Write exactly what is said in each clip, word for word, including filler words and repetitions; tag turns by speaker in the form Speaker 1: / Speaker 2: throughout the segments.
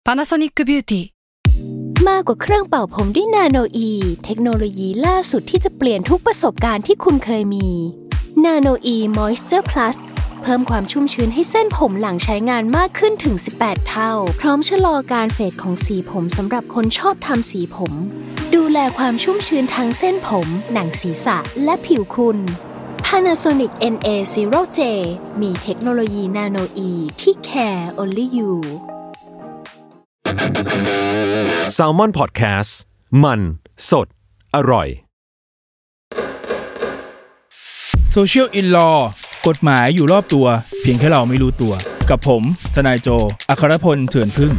Speaker 1: Panasonic Beauty
Speaker 2: มากกว่าเครื่องเป่าผมด้วยนาโนอีเทคโนโลยีล่าสุดที่จะเปลี่ยนทุกประสบการณ์ที่คุณเคยมีนาโนอีมอยส์เจอร์พลัสเพิ่มความชุ่มชื้นให้เส้นผมหลังใช้งานมากขึ้นถึงสิบแปดเท่าพร้อมชะลอการเฟดของสีผมสำหรับคนชอบทำสีผมดูแลความชุ่มชื้นทั้งเส้นผมหนังศีรษะและผิวคุณ Panasonic เอ็น เอ ศูนย์ เจ มีเทคโนโลยีนาโนอีที่ care only you
Speaker 3: Salmon Podcast มันสดอร่อย
Speaker 4: Social in Law กฎหมายอยู่รอบตัวเพียงแค่เราไม่รู้ตัวกับผมทนายโจอัครพลเถื่อนพึ่ง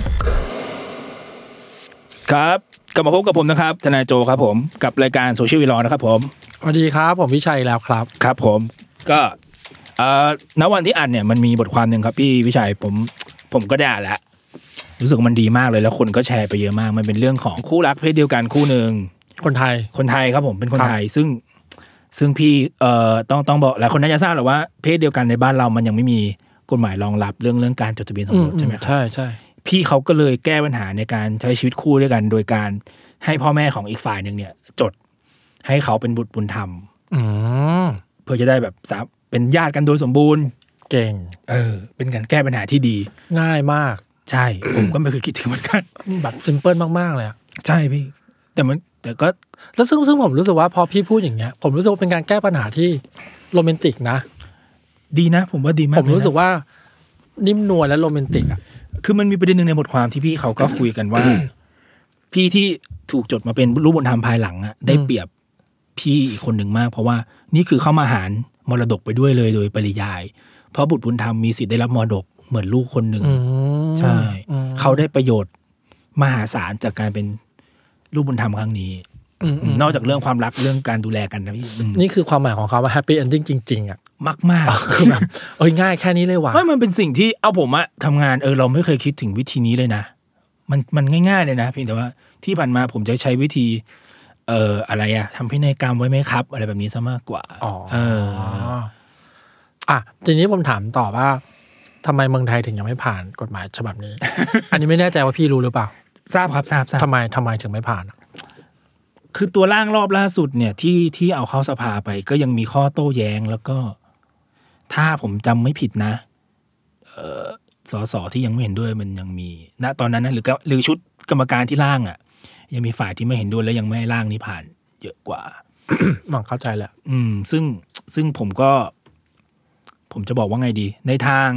Speaker 4: ครับกลับมาพบกับผมนะครับทนายโจครับผมกับรายการ Social in Law นะครับผม
Speaker 5: สวัสดีครับผมวิชัยแล้วครับ
Speaker 4: ครับผมก็เอ่อณวันที่อ่านเนี่ยมันมีบทความนึงครับพี่วิชัยผมผมก็ได้อ่านแล้วรู้สึกว่ามันดีมากเลยแล้วคนก็แชร์ไปเยอะมากมันเป็นเรื่องของคู่รักเพศเดียวกันคู่นึง
Speaker 5: คนไทย
Speaker 4: คนไทยครับผมเป็นคนไทยซึ่งซึ่งพี่เอ่อต้องต้องบอกหลายคนน่าจะทราบแหละว่าเพศเดียวกันในบ้านเรามันยังไม่มีกฎหมายรองรับเรื่องเรื่องการจดทะเบียนสมรสใช่ไหมครับ
Speaker 5: ใช่ใช่
Speaker 4: พี่เขาก็เลยแก้ปัญหาในการใช้ชีวิตคู่ด้วยกันโดยการให้พ่อแม่ของอีกฝ่ายนึงเนี่ยจดให้เขาเป็นบุตรบุญธรรมเพื่อจะได้แบบเป็นญาติกันโดยสมบูรณ์
Speaker 5: เก่ง
Speaker 4: เออเป็นการแก้ปัญหาที่ดี
Speaker 5: ง่ายมาก
Speaker 4: ใช่ผมก็ไม่เคยคิดถึงเหมือนกัน
Speaker 5: แบบซิมเปิลมากๆเลยอ่ะ
Speaker 4: ใช่พี่แต่มันแต่ก็
Speaker 5: แล้วซึ่งซึ่งผมรู้สึกว่าพอพี่พูดอย่างเงี้ยผมรู้สึกว่าเป็นการแก้ปัญหาที่โรแมนติกนะ
Speaker 4: ดีนะผมว่าดีมาก
Speaker 5: ผมรู้สึกว่านิ่มนวลและโรแมนติกอ่ะ
Speaker 4: คือมันมีประเด็นนึงในบทความที่พี่เขาก็คุยกันว่าพี่ที่ถูกจดมาเป็นลูกบุญธรรมภายหลังอ่ะได้เปรียบพี่อีกคนหนึ่งมากเพราะว่านี่คือเข้ามาหารมรดกไปด้วยเลยโดยปริยายเพราะบุตรบุญธรรมมีสิทธิ์ได้รับมรดกเหมือนลูกคนหนึ่งใช่เขาได้ประโยชน์มหาศาลจากการเป็นลูกบุญธรรมครั้งนี้นอกจากเรื่องความรักเรื่องการดูแลกันนะพี่
Speaker 5: นี่คือความหมายของเขาว่าแฮปปี้เอนดิ้งจริงๆอ่ะ
Speaker 4: มากๆ
Speaker 5: คือแบบเอ้ยง่ายแค่นี้เลยว่ะ
Speaker 4: ไม่มันเป็นสิ่งที่เอาผมอะทำงานเออเราไม่เคยคิดถึงวิธีนี้เลยนะมันมันง่ายๆเลยนะเพียงแต่ว่าที่ผ่านมาผมจะใช้วิธีเอ่ออะไรอะทำพินัยกรรมไว้ไหมครับอะไรแบบนี้ซะมากกว่า
Speaker 5: อ๋อ
Speaker 4: เออ
Speaker 5: อ่ะทีนี้ผมถามต่อว่าทำไมเมืองไทยถึงยังไม่ผ่านกฎหมายฉบับนี้ อันนี้ไม่แน่ใจว่าพี่รู้หรือเปล่า
Speaker 4: ทราบครับทราบทราบ
Speaker 5: ทำไมทำไมถึงไม่ผ่าน
Speaker 4: คือตัวร่างรอบล่าสุดเนี่ยที่ที่เอาเข้าสภาไปก็ยังมีข้อโต้แย้งแล้วก็ถ้าผมจำไม่ผิดนะเอ่อสสที่ยังไม่เห็นด้วยมันยังมีณตอนนั้นนะหรือหรือชุดกรรมการที่ร่างอ่ะยังมีฝ่ายที่ไม่เห็นด้วยและยังไม่ให้ร่างนี้ผ่านเยอะกว่า
Speaker 5: หวังเข้าใจแหละ
Speaker 4: อืมซึ่งซึ่งผมก็ผมจะบอกว่าไงดีในทาง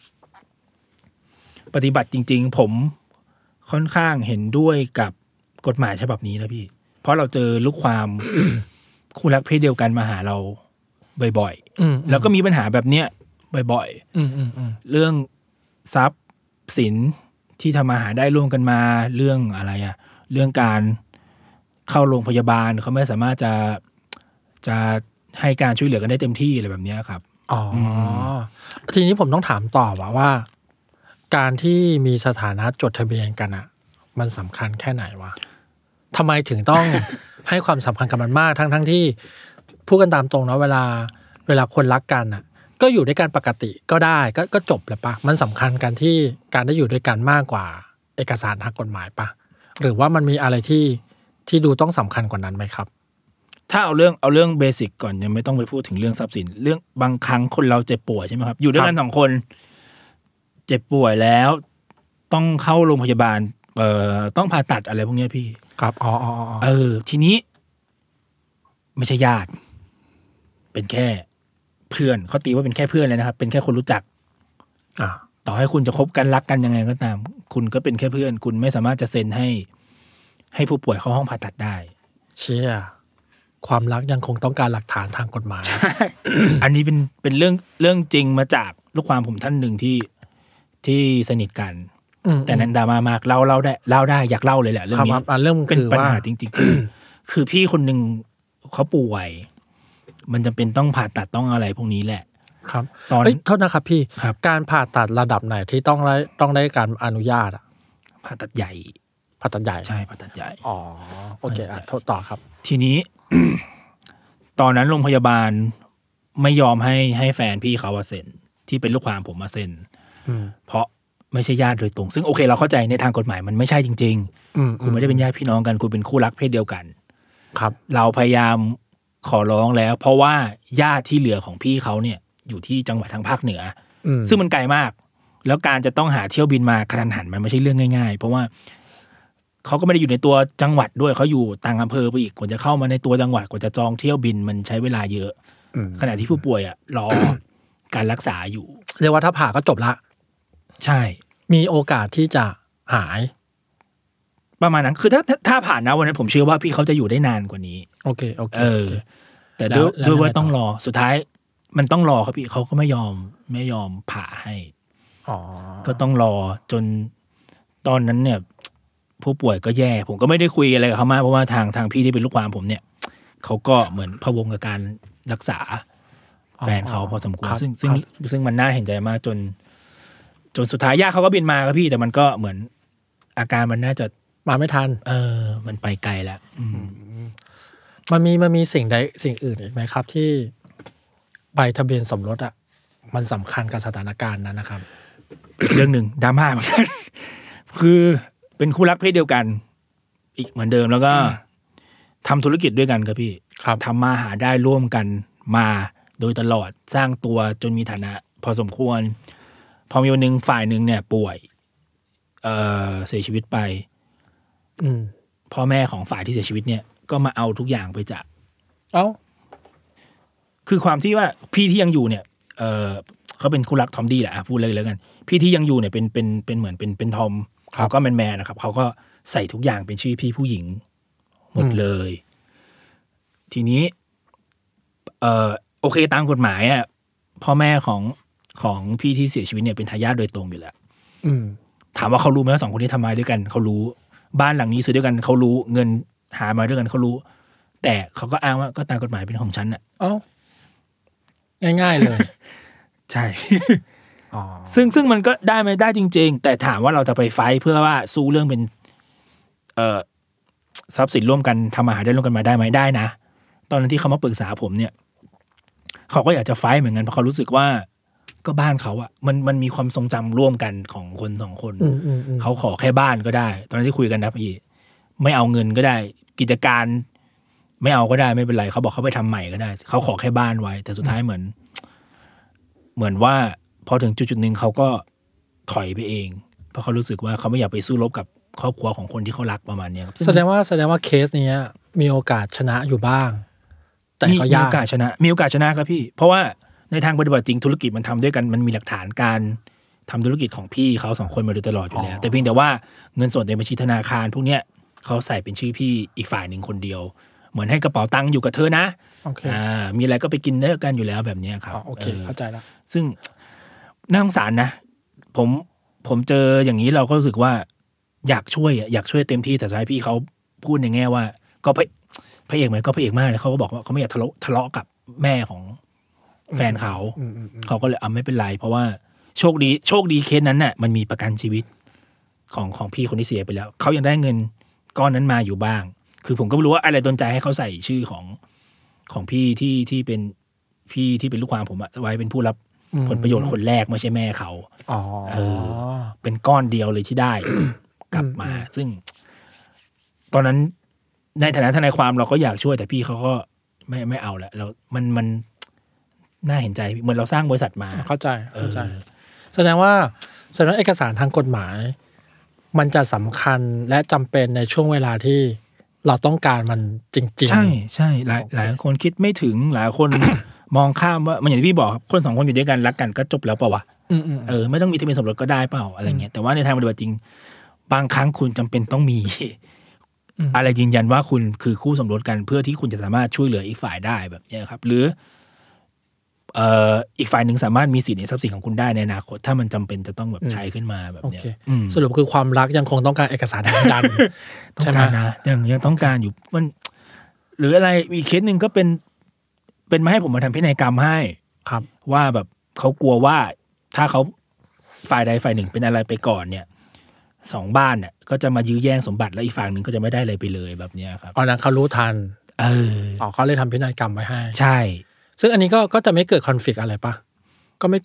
Speaker 4: ปฏิบัติจริงๆผมค่อนข้างเห็นด้วยกับกฎหมายฉบับนี้นะพี่เพราะเราเจอลูกความ คู่รักเพศเดียวกันมาหาเราบ่อยๆแล้วก็มีปัญหาแบบเนี้ยบ่อยๆเรื่องทรัพย์สินที่ทำมาหาได้ร่วมกันมาเรื่องอะไรอะเรื่องการเข้าโรงพยาบาลเขาไม่สามารถจะจะให้การช่วยเหลือกันได้เต็มที่อะไรแบบนี้ครับ
Speaker 5: อ๋อทีนี้ผมต้องถามต่อว่าว่าการที่มีสถานะจดทะเบียนกันอะมันสำคัญแค่ไหนวะทำไมถึงต้อง ให้ความสำคัญกับมันมากทั้งทั้งที่พูดกันตามตรงนะเวลาเวลาคนรักกันอะก็อยู่ด้วยกันปกติก็ได้ก็ก็จบแล้วปะมันสำคัญกันที่การได้อยู่ด้วยกันมากกว่าเอกสารทางกฎหมายปะหรือว่ามันมีอะไรที่ที่ดูต้องสำคัญกว่านั้นไหมครับ
Speaker 4: ถ้าเอาเรื่องเอาเรื่องเบสิกก่อนยังไม่ต้องไปพูดถึงเรื่องทรัพย์สินเรื่องบางครั้งคนเราเจ็บป่วยใช่ไหมครับอยู่ด้วยกันสองคนเจ็บป่วยแล้วต้องเข้าโรงพยาบาลเอ่อต้องผ่าตัดอะไรพวกนี้พี่
Speaker 5: ครับอ๋อ
Speaker 4: เออทีนี้ไม่ใช่ญาติเป็นแค่เพื่อนเขาตีว่าเป็นแค่เพื่อนเลยนะครับเป็นแค่คนรู้จัก
Speaker 5: อ่า
Speaker 4: ต่อให้คุณจะคบกันรักกันยังไงก็ตามคุณก็เป็นแค่เพื่อนคุณไม่สามารถจะเซ็นให้ให้ผู้ป่วยเข้าห้องผ่าตัดได้
Speaker 5: เชี่ยความรักยังคงต้องการหลักฐานทางกฎหมาย
Speaker 4: ใช่ อันนี้เป็นเป็นเรื่องเรื่องจริงมาจากลูกความผมท่านหนึ่งที่ที่สนิทกันแต่นั้นดราม่ามากเล่าเล่าได้เล่าได้อยากเล่าเลยแหละเรื่องนี้
Speaker 5: เรื่อง
Speaker 4: เป็นปัญหาจริงๆคือคือพี่คนนึงเขาป่วยมันจำเป็นต้องผ่าตัดต้องอะไรพวกนี้แหละ
Speaker 5: ครับตอนโทษนะครับพี่การผ่าตัดระดับไหนที่ต้องได้ต้องได้การอนุญาตอ่ะ
Speaker 4: ผ่าตัดใหญ่
Speaker 5: ผ่าตัดใหญ่
Speaker 4: ใช่ผ่าตัดใหญ่
Speaker 5: อ๋อโอเคอ่ะโทษต่อครับ
Speaker 4: ทีนี้ ตอนนั้นโรงพยาบาลไม่ยอมให้ให้แฟนพี่เขาเซ็นที่เป็นลูกความผมมาเซ็นเพราะไม่ใช่ญาติโดยตรงซึ่งโอเคเราเข้าใจในทางกฎหมายมันไม่ใช่จริงๆคุณไม่ได้เป็นญาติพี่น้องกันคุณเป็นคู่รักเพศเดียวกัน
Speaker 5: ครับ
Speaker 4: เราพยายามขอร้องแล้วเพราะว่าญาติที่เหลือของพี่เขาเนี่ยอยู่ที่จังหวัดทางภาคเหนือซึ่งมันไกลมากแล้วการจะต้องหาเที่ยวบินมากระทันหันมันไม่ใช่เรื่องง่ายๆเพราะว่าเขาก็ไม่ได้อยู่ในตัวจังหวัดด้วยเขาอยู่ต่างอำเภอไปอีกกว่าจะเข้ามาในตัวจังหวัดกว่าจะจองเที่ยวบินมันใช้เวลาเยอะขณะที่ผู้ป่วยอ่ะรอ การรักษาอยู่
Speaker 5: เรียกว่าถ้าผ่าก็จบละ
Speaker 4: ใช่
Speaker 5: มีโอกาสที่จะหาย
Speaker 4: ประมาณนั้นคือถ้าถ้าผ่านนะวันนั้นผมเชื่อว่าพี่เขาจะอยู่ได้นานกว่านี้
Speaker 5: โอเคโอเค
Speaker 4: เออแต่ด้วยด้วยว่าต้องรอสุดท้ายมันต้องรอครับพี่เขาก็ไม่ยอมไม่ยอมผ่าให้
Speaker 5: อ๋อ
Speaker 4: ก็ต้องรอจนตอนนั้นเนี่ยผู้ป่วยก็แย่ผมก็ไม่ได้คุยอะไรกับเขามากเพราะว่าทางทางพี่ที่เป็นลูกความผมเนี่ยเขาก็เหมือนพะวงกับการรักษาแฟนเขาพอสมควรซึ่งซึ่งซึ่งมันน่าเห็นใจมากจนจนสุดท้ายญาติเขาก็บินมาครับพี่แต่มันก็เหมือนอาการมันน่าจะ
Speaker 5: มาไม่ทัน
Speaker 4: เออมันไปไกลแล้ว
Speaker 5: มันมีมันมีสิ่งใดสิ่งอื่นอีกไหมครับที่ใบทะเบียนสมรสอ่ะมันสำคัญกับสถานการณ์นั้นนะครับ
Speaker 4: เรื่องหนึ่งดราม่าเหมือนกันคือเป็นคู่รักเพศเดียวกันอีกเหมือนเดิมแล้วก็ทำธุรกิจด้วยกันครับพี่ทำมาหาได้ร่วมกันมาโดยตลอดสร้างตัวจนมีฐานะพอสมควรพอมีวันหนึ่งฝ่ายหนึ่งเนี่ยป่วยเอ่อเสียชีวิตไปพ่อแม่ของฝ่ายที่เสียชีวิตเนี่ยก็มาเอาทุกอย่างไปจาก
Speaker 5: เอ้า
Speaker 4: คือความที่ว่าพี่ที่ยังอยู่เนี่ยเออเขาเป็นคู่รักทอมดี้แหละพูดเลยแล้วกันพี่ที่ยังอยู่เนี่ยเป็นเป็นเป็นเหมือนเป็นเป็นทอมเขาก็แมนแมนนะครับเขาก็ใส่ทุกอย่างเป็นชื่อพี่ผู้หญิงหมดเลยทีนี้เออโอเคตามกฎหมายอ่ะพ่อแม่ของของพี่ที่เสียชีวิตเนี่ยเป็นทายาทโดยตรงอยู่แล้วถามว่าเขารู้ไหมว่าสองคนนี้ทำมาด้วยกันเขารู้บ้านหลังนี้ซื้อด้วยกันเขารู้เงินหามาด้วยกันเขารู้แต่เขาก็อ้างว่าก็ตามกฎหมายเป็นของฉันอ่ะ
Speaker 5: อ๋อง่ายๆเลย
Speaker 4: ใช่อ๋อซึ่งซึ่งมันก็ได้ไหมได้จริงๆแต่ถามว่าเราจะไปไฟท์เพื่อว่าสู้เรื่องเป็นเอ่อทรัพย์สินร่วมกันทำมาหาได้ร่วมกันมาได้ไหมได้นะตอนนั้นที่เขามาปรึกษาผมเนี่ยเขาก็อยากจะไฟท์เหมือนกันเพราะเขารู้สึกว่าก็บ้านเขาอะมันมันมีความทรงจำร่วมกันของคนสองคนเขาขอแค่บ้านก็ได้ตอนนั้นที่คุยกันนะพี่ไม่เอาเงินก็ได้กิจการไม่เอาก็ได้ไม่เป็นไรเขาบอกเขาไปทำใหม่ก็ได้เขาขอแค่บ้านไว้แต่สุดท้ายเหมือนเหมือนว่าพอถึงจุดจุดหนึ่งเขาก็ถอยไปเองเพราะเขารู้สึกว่าเขาไม่อยากไปสู้รบกับครอบครัวของคนที่เขารักประมาณนี้ครับ
Speaker 5: แสดงว่าแสดงว่าเคสนี้มีโอกาสชนะอยู่บ้างแต่ก็ยากมี
Speaker 4: โอกาสชนะมีโอกาสชนะครับพี่เพราะว่าในทางปฏิบัติจริงธุรกิจมันทำด้วยกันมันมีหลักฐานการทำธุรกิจของพี่เขาสองคนมาโดยตลอดอยู่แล้วแต่เพียงแต่ว่าเงินสดในบัญชีธนาคารพวกเนี้ยเขาใส่เป็นชื่อพี่อีกฝ่ายหนึ่งคนเดียวเหมือนให้กระเป๋าตังค์อยู่กับเธอนะอ่ามีอะไรก็ไปกินด้วยกันอยู่แล้วแบบนี้ครับ
Speaker 5: โอเคเข้าใจแล้ว
Speaker 4: ซึ่งน่าสงสารนะผมผมเจออย่างนี้เราก็รู้สึกว่าอยากช่วยอยากช่วยเต็มที่แต่สุดท้ายพี่เขาพูดในแง่ว่าก็พระพระเอกเหมือนก็พระเอกมากเลยเขาก็บอกว่าเขาไม่อยากทะเลาะทะเลาะกับแม่ของแฟนเขาเขาก็เลยอ่ะไม่เป็นไรเพราะว่าโชคดีโชคดีเคสนั้นน่ะมันมีประกันชีวิตของของพี่คนที่เสียไปแล้วเขายังได้เงินก้อนนั้นมาอยู่บ้างคือผมก็ไม่รู้ว่าอะไรดลใจให้เขาใส่ชื่อของของพี่ที่ที่เป็นพี่ที่เป็นลูกความผมไว้เป็นผู้รับผลประโยชน์คนแรกไม่ใช่แม่เขา
Speaker 5: อ๋อ
Speaker 4: เออเป็นก้อนเดียวเลยที่ได้กลับมาซึ่งตอนนั้นในฐานะทนายความเราก็อยากช่วยแต่พี่เขาก็ไม่ไม่เอาละเรามันมันน่าเห็นใจเหมือนเราสร้างบริษัทมา
Speaker 5: เข้าใจเข้าใจแสดงว่าแสดงว่าเอกสารทางกฎหมายมันจะสำคัญและจำเป็นในช่วงเวลาที่เราต้องการมันจริงๆ
Speaker 4: ใช่ใช่หลายหลายคนคิดไม่ถึงหลายคน มองข้ามว่ามันอย่างที่พี่บอกคนสองคนอยู่ด้วยกันรักกันก็จบแล้วเปล่าวะเออไม่ต้องมีทะเบียนสมรสก็ได้เปล่าอะไรเงี้ยแต่ว่าในทางปฏิบัติจริงบางครั้งคุณจำเป็นต้องมีอะไรยืนยันว่าคุณคือคู่สมรสกันเพื่อที่คุณจะสามารถช่วยเหลืออีกฝ่ายได้แบบนี้ครับหรือเอ่ออีกฝ่ายหนึ่งสามารถมีสิทธิ์ในทรัพย์สินของคุณได้ในอนาคตถ้ามันจำเป็นจะต้องแบบใช้ขึ้นมาแบบนี้
Speaker 5: สรุปคือความรักยังคงต้องการเอกสารยืนยัน
Speaker 4: ต้องการนะยังยังต้องการอยู่มันหรืออะไรอีกเคสหนึ่งก็เป็นเป็นมาให้ผมมาทำพินัยกรรมให้
Speaker 5: ครับ
Speaker 4: ว่าแบบเขากลัวว่าถ้าเขาฝ่ายใดฝ่ายหนึ่งเป็นอะไรไปก่อนเนี่ยสองบ้านเนี่ยก็จะมายื้อแย่งสมบัติแล้วอีกฝั่งหนึ่งก็จะไม่ได้อะไรไปเลยแบบนี้ครับ
Speaker 5: อ๋อนั้นเขารู้ทัน
Speaker 4: เออ
Speaker 5: อ๋อเขาเลยทำพินัยกรรมไว้ให้
Speaker 4: ใช่
Speaker 5: ซึ่งอันนี้ก็ก็จะไม่เกิดคอนฟลิกต์อะไรปะก็ไม่เกิด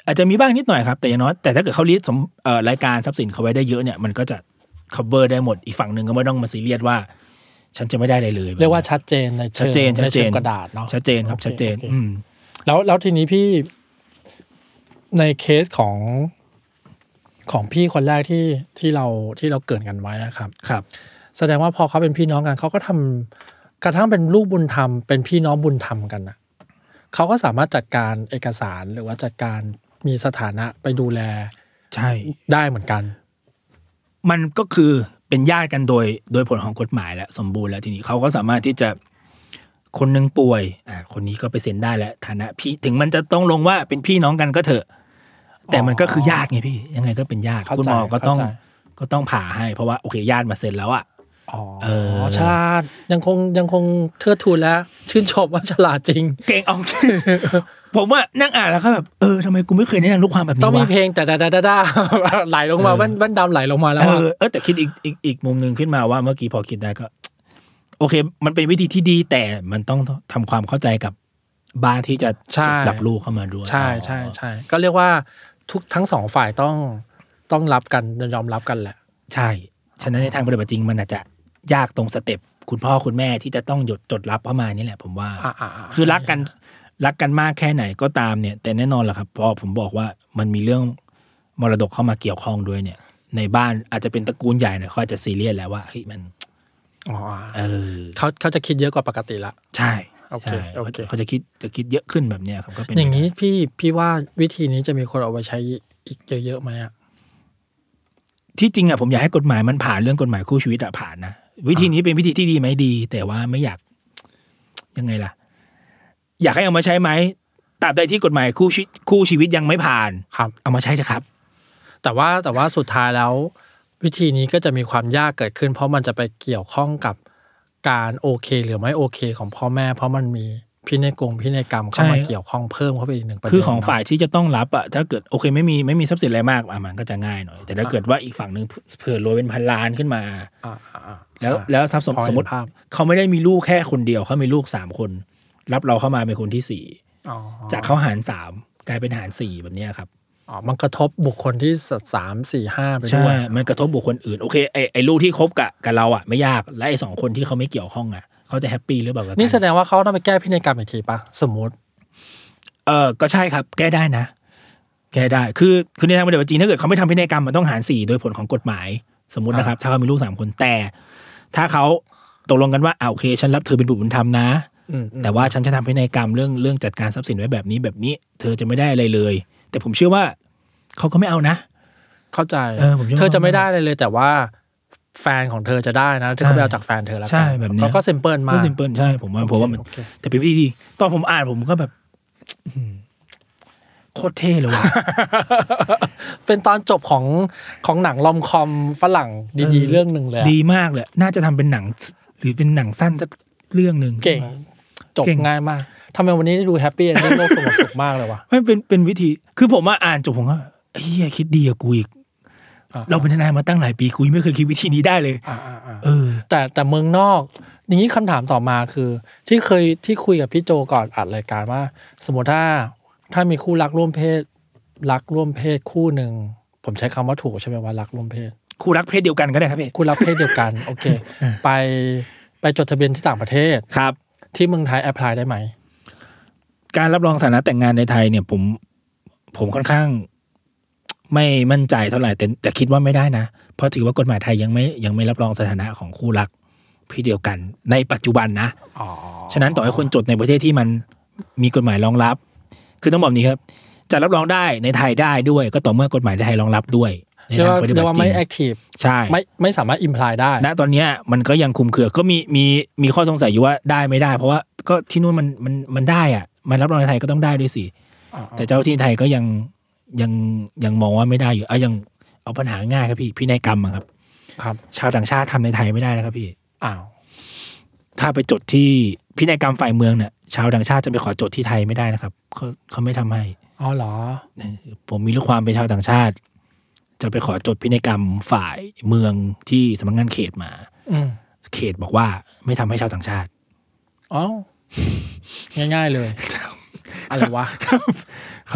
Speaker 4: อาจจะมีบ้างนิดหน่อยครับแต่อย่างน้อยแต่ถ้าเกิดเขาลิสต์สมเอ่อรายการทรัพย์สินเขาไว้ได้เยอะเนี่ยมันก็จะ cover ได้หมดอีกฝั่งนึงก็ไม่ต้องมาซีเรียสว่าฉันจะไม่ได้อะไรเลย
Speaker 5: เรียกว่าชัดเจนในเชิงในเชิงกระดาษเนาะ
Speaker 4: ชัดเจนครับชัดเจนอืม
Speaker 5: แล้วแล้วทีนี้พี่ในเคสของของพี่คนแรกที่ที่เราที่เราเกิดกันไว้ครับ
Speaker 4: ครับ
Speaker 5: แสดงว่าพอเขาเป็นพี่น้องกันเขาก็ทำกระทั่งเป็นลูกบุญธรรมเป็นพี่น้องบุญธรรมกันนะเขาก็สามารถจัดการเอกสารหรือว่าจัดการมีสถานะไปดูแล
Speaker 4: ใช่
Speaker 5: ได้เหมือนกัน
Speaker 4: มันก็คือเป็นญาติกันโดยโดยผลของกฎหมายแล้วสมบูรณ์แล้วทีนี้เขาก็สามารถที่จะคนนึงป่วยอ่าคนนี้ก็ไปเซ็นได้แล้วฐานะพี่ถึงมันจะต้องลงว่าเป็นพี่น้องกันก็เถอะแต่มันก็คือญาติไงพี่ยังไงก็เป็นญาติคุณหมอก็ต้องก็ต้องผ่าให้เพราะว่าโอเคญาติมาเซ็นแล้วอ่ะ
Speaker 5: อ๋อเออฉลาดยังคงยังคงเทิดทูนแล้วชื่นชมว่าฉลาดจริง
Speaker 4: เก่งเอาผมว่านั่งอ่านแล้วก็แบบเออทำไมกูไม่เคยได้ยินลูกความแบบนี้วะ
Speaker 5: ต้องมีเพลงแต่ดาดาๆไหลลงมาแว่นแว่นดำไหลลงมาแล้ว
Speaker 4: เออเออแต่คิดอีกอีกอีกมุมนึงขึ้นมาว่าเมื่อกี้พอคิดได้ก็โอเคมันเป็นวิธีที่ดีแต่มันต้องทำความเข้าใจกับบ้านที่จะรับลูกเข้ามาด้วย
Speaker 5: ใช่ใช่ใช่ก็เรียกว่าทุกทั้งสองฝ่ายต้องต้องรับกันยอมรับกันแหละ
Speaker 4: ใช่ฉะนั้นในทางปฏิบัติจริงมันอาจจะยากตรงสเต็ปคุณพ่อคุณแม่ที่จะต้องหยดจดรับเข้ามานี่แหละผมว่าคือรักกันรักกันมากแค่ไหนก็ตามเนี่ยแต่แน่นอนแหละครับพอผมบอกว่ามันมีเรื่องมรดกเข้ามาเกี่ยวข้องด้วยเนี่ยในบ้านอาจจะเป็นตระกูลใหญ่เนี่ยเขาอาจจะซีเรียสแล้วว่าเฮ้ยมัน
Speaker 5: อ๋อเออเขาเขาจะคิดเยอะกว่าปกติละ
Speaker 4: ใช่ใช่เขาจะคิดจะคิดเยอะขึ้นแบบเนี้ยครับก็เป็น
Speaker 5: อย่างนี้พี่พี่ว่าวิธีนี้จะมีคนเอาไปใช้อีกเยอะๆไหมอ่ะ
Speaker 4: ที่จริงอ่ะผมอยากให้กฎหมายมันผ่านเรื่องกฎหมายคู่ชีวิตอ่ะผ่านนะวิธีนี้เป็นวิธีที่ดีไหมดีแต่ว่าไม่อยากยังไงล่ะอยากให้เอามาใช้ไหมตราบใดที่กฎหมายคู่ชีวิตคู่ชีวิตยังไม่ผ่าน
Speaker 5: ครับ
Speaker 4: เอามาใช้เถอะครับ
Speaker 5: แต่ว่าแต่ว่าสุดท้ายแล้ววิธีนี้ก็จะมีความยากเกิดขึ้นเพราะมันจะไปเกี่ยวข้องกับการโอเคหรือไม่โอเคของพ่อแม่เพราะมันมีพินัยกงพินัยกรรมเข้ามาเกี่ยวข้องเพิ่มเข้าไปอีกหนึ่งประเด็น
Speaker 4: คือของฝ่ายที่จะต้องรับอะถ้าเกิดโอเคไม่มีไม่มีทรัพย์สินอะไรมากอ่ะมันก็จะง่ายหน่อยแต่ถ้าเกิดว่าอีกฝั่งนึงเผื่อรวยเป็นพันล้านขึ้นมาแล้วแล้วทรัพย์สมมติเขาไม่ได้มีลูกแค่คนเดียวเขามีลูกสามคนรับเราเข้ามาเป็นคนที่สี่จากเขาหารสามกลายเป็นหารสี่แบบนี้ครับ
Speaker 5: อ๋อมันกระทบบุคคลที่สามสี่ห้าไปด้วย
Speaker 4: ใช่มันกระทบบุคคลอื่นโอเคไอไอลูกที่คบกับกับเราอ่ะไม่ยากและไอสองคนที่เขาไม่เกี่ยวข้องอ่ะเขาจะแฮปปี้หรือเปล่า
Speaker 5: นี่แสดงว่าเขาต้องไปแก้พินัยกรรมอีกทีป่ะสมมติ
Speaker 4: เออก็ใช่ครับแก้ได้นะแก้ได้คือคือในทางปฏิบัติจริงถ้าเกิดเขาไม่ทำพินัยกรรมมันต้องหารสี่โดยผลของกฎหมายสมมตินะครับถ้าเขามีลูกสามคนแต่ถ้าเขาตกลงกันว่าอ่าโอเคฉันรับเธอเป็นบุตรบุญธรรมนะแต่ว่าฉันจะทำพินัยกรรมเรื่องเรื่องจัดการทรัพย์สินไว้แบบนี้แบบนี้เธอจะไม่ได้อะไรเลยแต่ผมเชื่อว่าเขาก็ไม่เอานะ
Speaker 5: เข้าใจเออผมเธอจะไม่ได้อะไรเลยแต่ว่าแฟนของเธอจะได้นะเธอไปเอาจากแฟนเธอแล้วกันเขาก็ซิมเปิลมาก
Speaker 4: ซิมเปิลใช่ผมว่าผมว่ามันแต่เป็นวิธีดีตอนผมอ่านผมก็แบบโคตรเท่เลยว่ะ
Speaker 5: เป็นตอนจบของของหนังลอมคอมฝรั่งดีๆเรื่องนึงเลย
Speaker 4: ดีมากเลยน่าจะทำเป็นหนังหรือเป็นหนังสั้นสักเรื่องนึง
Speaker 5: เก่งจบง่ายมากทำไมวันนี้ได้ดูแฮปปี้เอนดิ้งโลกสงบสุขมากเลยวะ
Speaker 4: ไม่เป็นเป็นวิธีคือผมว่าอ่านจบผมก็เฮียคิดดีกับกูอีกเราเป็นทนายมาตั้งหลายปีกูไม่เคยคิดวิธีนี้ได้เลย
Speaker 5: เออแต่แต่เมืองนอกอย่างนี้คำถามต่อมาคือที่เคยที่คุยกับพี่โจก่อนอัดรายการว่าสมมติถ้าถ้ามีคู่รักร่วมเพศรักร่วมเพศคู่หนึ่งผมใช้คำว่าถูกใช่ไหมว่ารักร่วมเพศ
Speaker 4: คู่รักเพศเดียวกันก็ได้ครับพี่
Speaker 5: คู่รักเพศเดียวกันโอเคไปไปจดทะเบียนที่ต่างประเทศ
Speaker 4: ครับ
Speaker 5: ที่เมืองไทยแอพพลายได้ไหม
Speaker 4: การรับรองสถานะแต่งงานในไทยเนี่ยผมผมค่อนข้างไม่มั่นใจเท่าไหร่แต่แต่คิดว่าไม่ได้นะเพราะถือว่ากฎหมายไทยยังไม่ยังไม่รับรองสถานะของคู่รักเพศเดียวกันในปัจจุบันนะอ๋อฉะนั้นต่อให้คนจดในประเทศที่มันมีกฎหมายรองรับคือต้องบอกนี้ครับจะรับรองได้ในไทยได้ด้วยก็ต่อเมื่อกฎหมายไทยรองรับด้วยในทางปฏิบัติจริง
Speaker 5: ว่าไม่แอคทีฟ
Speaker 4: ใช่
Speaker 5: ไม่ไม่สามารถอิมพลายได้
Speaker 4: ณตอนนี้มันก็ยังคุมเครือก็มีมีมีข้อสงสัยอยู่ว่าได้ไม่ได้เพราะว่าก็ที่นู่นมันมันมันได้อ่ะมันรับรองในไทยก็ต้องได้ด้วยสิแต่เจ้าที่ไทยก็ยังยังยังมองว่าไม่ได้อยู่อ่ะยังเอาปัญหาง่ายครับพี่พินัยกรรมครับ
Speaker 5: ครับ
Speaker 4: ชาวต่างชาติทำในไทยไม่ได้นะครับพี่
Speaker 5: อ้าว
Speaker 4: ถ้าไปจดที่พินัยกรรมฝ่ายเมืองเนี่ยชาวต่างชาติจะไปขอจดที่ไทยไม่ได้นะครับเขาเขาไม่ทำให้
Speaker 5: อ๋อเหรอ
Speaker 4: ผมมีลูกความเป็นชาวต่างชาติจะไปขอจดพินัยกรรมฝ่ายเมืองที่สำนักงานเขตมาเขตบอกว่าไม่ทำให้ชาวต่างชาติ
Speaker 5: อ๋อง่ายๆเลยอะไรวะ
Speaker 4: เขาบอก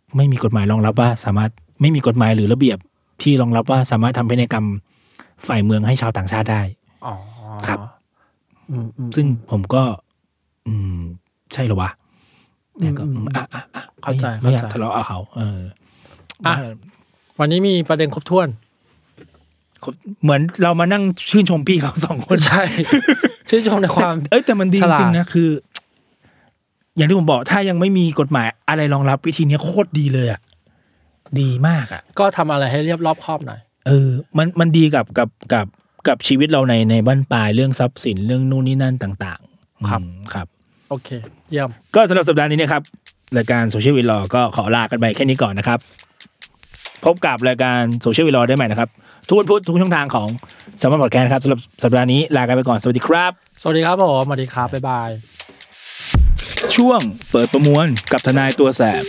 Speaker 4: ไม่มีกฎหมายรองรับว่าสามารถไม่มีกฎหมายหรือระเบียบที่รองรับว่าสามารถทำพินัยกรรมฝ่ายเมืองให้ชาวต่างชาติได้
Speaker 5: อ๋อ
Speaker 4: ครับซึ่งผมก็อืมใช่หรอวะแต่ก็อ่ะอ่ะอ่ะ
Speaker 5: เข้าใจ
Speaker 4: ไม่อยากทะเลาะกับเขาเออ
Speaker 5: อ่ะวันนี้มีประเด็นครบถ้วน
Speaker 4: เหมือนเรามานั่งชื่นชมพี่เขาสองคน
Speaker 5: ใช่ชื่นชมในความ
Speaker 4: เอ้ยแต่มันดีจริงนะคืออย่างที่ผมบอกถ้ายังไม่มีกฎหมายอะไรรองรับวิธีนี้โคตรดีเลยอ่ะดีมากอ่ะ
Speaker 5: ก็ทำอะไรให้เรียบรอบคอบหน่อย
Speaker 4: เออมันมันดีกับกับกับกับชีวิตเราในในบ้านปลายเรื่องทรัพย์สินเรื่องนู่นนี่นั่นต่างๆ
Speaker 5: ครับ
Speaker 4: ครับ
Speaker 5: โอเคเยี่ยม
Speaker 4: ก็สำหรับสัปดาห์นี้นะครับรายการโซเชียลวีลอก็ขอลากันไปแค่นี้ก่อนนะครับพบกับรายการโซเชียลวีลอได้ใหม่นะครับทุกวันพุธทุกช่องทางของ Salmon Podcast ครับสำหรับสัปดาห์นี้ลากันไปก่อนสวัสดีครับ
Speaker 5: สวัสดีครับผมสวัสดีครับบ๊ายบาย
Speaker 4: ช่วงเปิดประมวลกับทนายตัวแสบ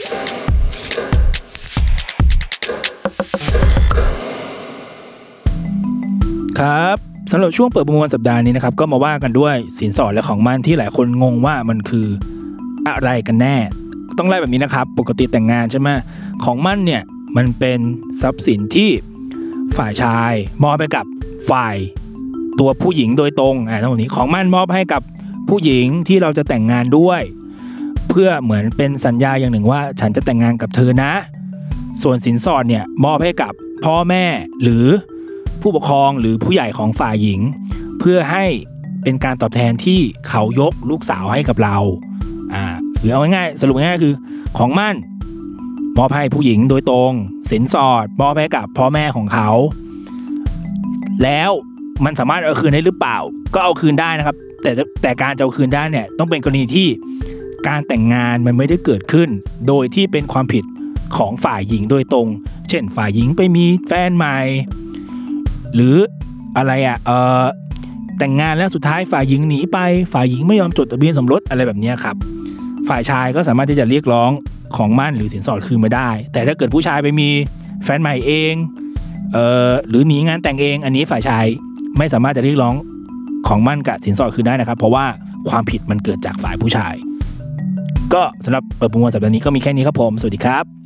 Speaker 4: ครับสำหรับช่วงเปิดประมวลสัปดาห์นี้นะครับก็มาว่ากันด้วยสินสอดและของมั่นที่หลายคนงงว่ามันคืออะไรกันแน่ต้องไล่แบบนี้นะครับปกติแต่งงานใช่ไหมของมั่นเนี่ยมันเป็นทรัพย์สินที่ฝ่ายชายมอบให้กับฝ่ายตัวผู้หญิงโดยตรงอ่าทั้งหมดนี้ของมั่นมอบให้กับผู้หญิงที่เราจะแต่งงานด้วยเพื่อเหมือนเป็นสัญญาอย่างหนึ่งว่าฉันจะแต่งงานกับเธอนะส่วนสินสอดเนี่ยมอบให้กับพ่อแม่หรือผู้ปกครองหรือผู้ใหญ่ของฝ่ายหญิงเพื่อให้เป็นการตอบแทนที่เขายกลูกสาวให้กับเราอ่าหรือเอาง่ายๆสรุปง่ายๆคือของมั่นมอบให้ผู้หญิงโดยตรงสินสอดมอบให้กับพ่อแม่ของเขาแล้วมันสามารถเอาคืนได้หรือเปล่าก็เอาคืนได้นะครับแต่แต่การจะเอาคืนได้เนี่ยต้องเป็นกรณีที่การแต่งงานมันไม่ได้เกิดขึ้นโดยที่เป็นความผิดของฝ่ายหญิงโดยตรงเช่นฝ่ายหญิงไปมีแฟนใหม่หรืออะไรอ่ะเออแต่งงานแล้วสุดท้ายฝ่ายหญิงหนีไปฝ่ายหญิงไม่ยอมจดทะเบียนสมรสอะไรแบบนี้ครับฝ่ายชายก็สามารถที่จะเรียกร้องของมั่นหรือสินสอดคืนมาได้แต่ถ้าเกิดผู้ชายไปมีแฟนใหม่เองเอ่อหรือหนีงานแต่งเองอันนี้ฝ่ายชายไม่สามารถจะเรียกร้องของมั่นกับสินสอดคืนได้นะครับเพราะว่าความผิดมันเกิดจากฝ่ายผู้ชายก็สำหรับเปิดประมวลสัปดาห์นี้ก็มีแค่นี้ครับผมสวัสดีครับ